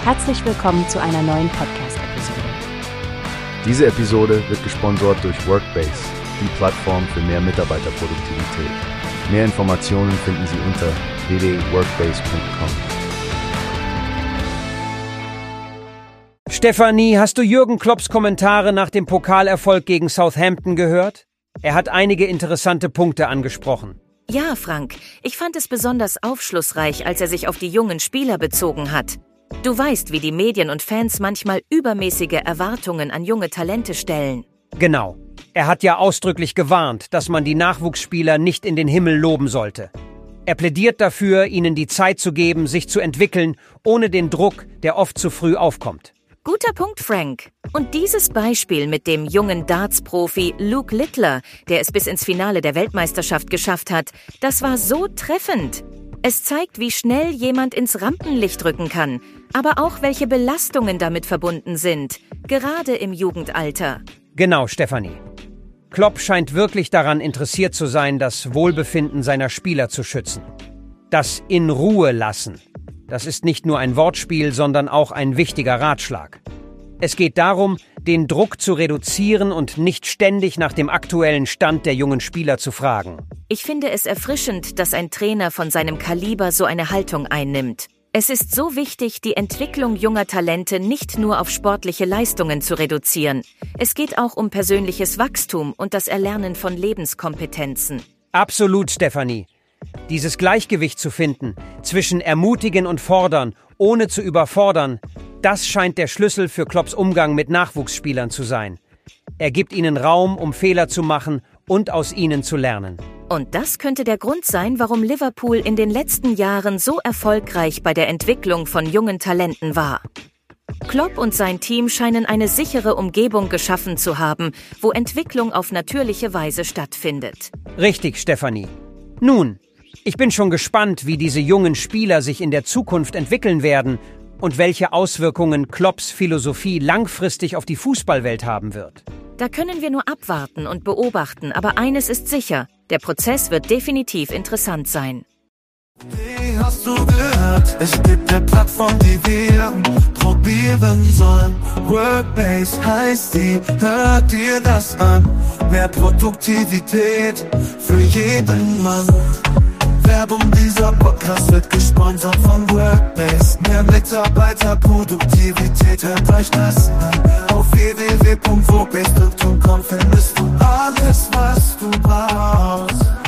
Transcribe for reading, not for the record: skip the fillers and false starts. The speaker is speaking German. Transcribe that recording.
Herzlich willkommen zu einer neuen Podcast-Episode. Diese Episode wird gesponsert durch Workbase, die Plattform für mehr Mitarbeiterproduktivität. Mehr Informationen finden Sie unter www.workbase.com. Stefanie, hast du Jürgen Klopps Kommentare nach dem Pokalerfolg gegen Southampton gehört? Er hat einige interessante Punkte angesprochen. Ja, Frank, ich fand es besonders aufschlussreich, als er sich auf die jungen Spieler bezogen hat. Du weißt, wie die Medien und Fans manchmal übermäßige Erwartungen an junge Talente stellen. Genau. Er hat ja ausdrücklich gewarnt, dass man die Nachwuchsspieler nicht in den Himmel loben sollte. Er plädiert dafür, ihnen die Zeit zu geben, sich zu entwickeln, ohne den Druck, der oft zu früh aufkommt. Guter Punkt, Frank. Und dieses Beispiel mit dem jungen Darts-Profi Luke Littler, der es bis ins Finale der Weltmeisterschaft geschafft hat, das war so treffend. Es zeigt, wie schnell jemand ins Rampenlicht rücken kann, aber auch welche Belastungen damit verbunden sind, gerade im Jugendalter. Genau, Stefanie. Klopp scheint wirklich daran interessiert zu sein, das Wohlbefinden seiner Spieler zu schützen. Das in Ruhe lassen. Das ist nicht nur ein Wortspiel, sondern auch ein wichtiger Ratschlag. Es geht darum, den Druck zu reduzieren und nicht ständig nach dem aktuellen Stand der jungen Spieler zu fragen. Ich finde es erfrischend, dass ein Trainer von seinem Kaliber so eine Haltung einnimmt. Es ist so wichtig, die Entwicklung junger Talente nicht nur auf sportliche Leistungen zu reduzieren. Es geht auch um persönliches Wachstum und das Erlernen von Lebenskompetenzen. Absolut, Stefanie. Dieses Gleichgewicht zu finden zwischen ermutigen und fordern, ohne zu überfordern, das scheint der Schlüssel für Klopps Umgang mit Nachwuchsspielern zu sein. Er gibt ihnen Raum, um Fehler zu machen und aus ihnen zu lernen. Und das könnte der Grund sein, warum Liverpool in den letzten Jahren so erfolgreich bei der Entwicklung von jungen Talenten war. Klopp und sein Team scheinen eine sichere Umgebung geschaffen zu haben, wo Entwicklung auf natürliche Weise stattfindet. Richtig, Stefanie. Nun, ich bin schon gespannt, wie diese jungen Spieler sich in der Zukunft entwickeln werden und welche Auswirkungen Klopps Philosophie langfristig auf die Fußballwelt haben wird. Da können wir nur abwarten und beobachten, aber eines ist sicher, der Prozess wird definitiv interessant sein. Wie hast du gehört? Es gibt eine Plattform, die wir probieren sollen. Workbase heißt die, hört dir das an. Mehr Produktivität für jeden Mann. Werbung, dieser Podcast wird gesponsert von Workbase. Mehr Mitarbeiterproduktivität, hört euch das an. Auf www.workbase.com findest du alles, was du brauchst.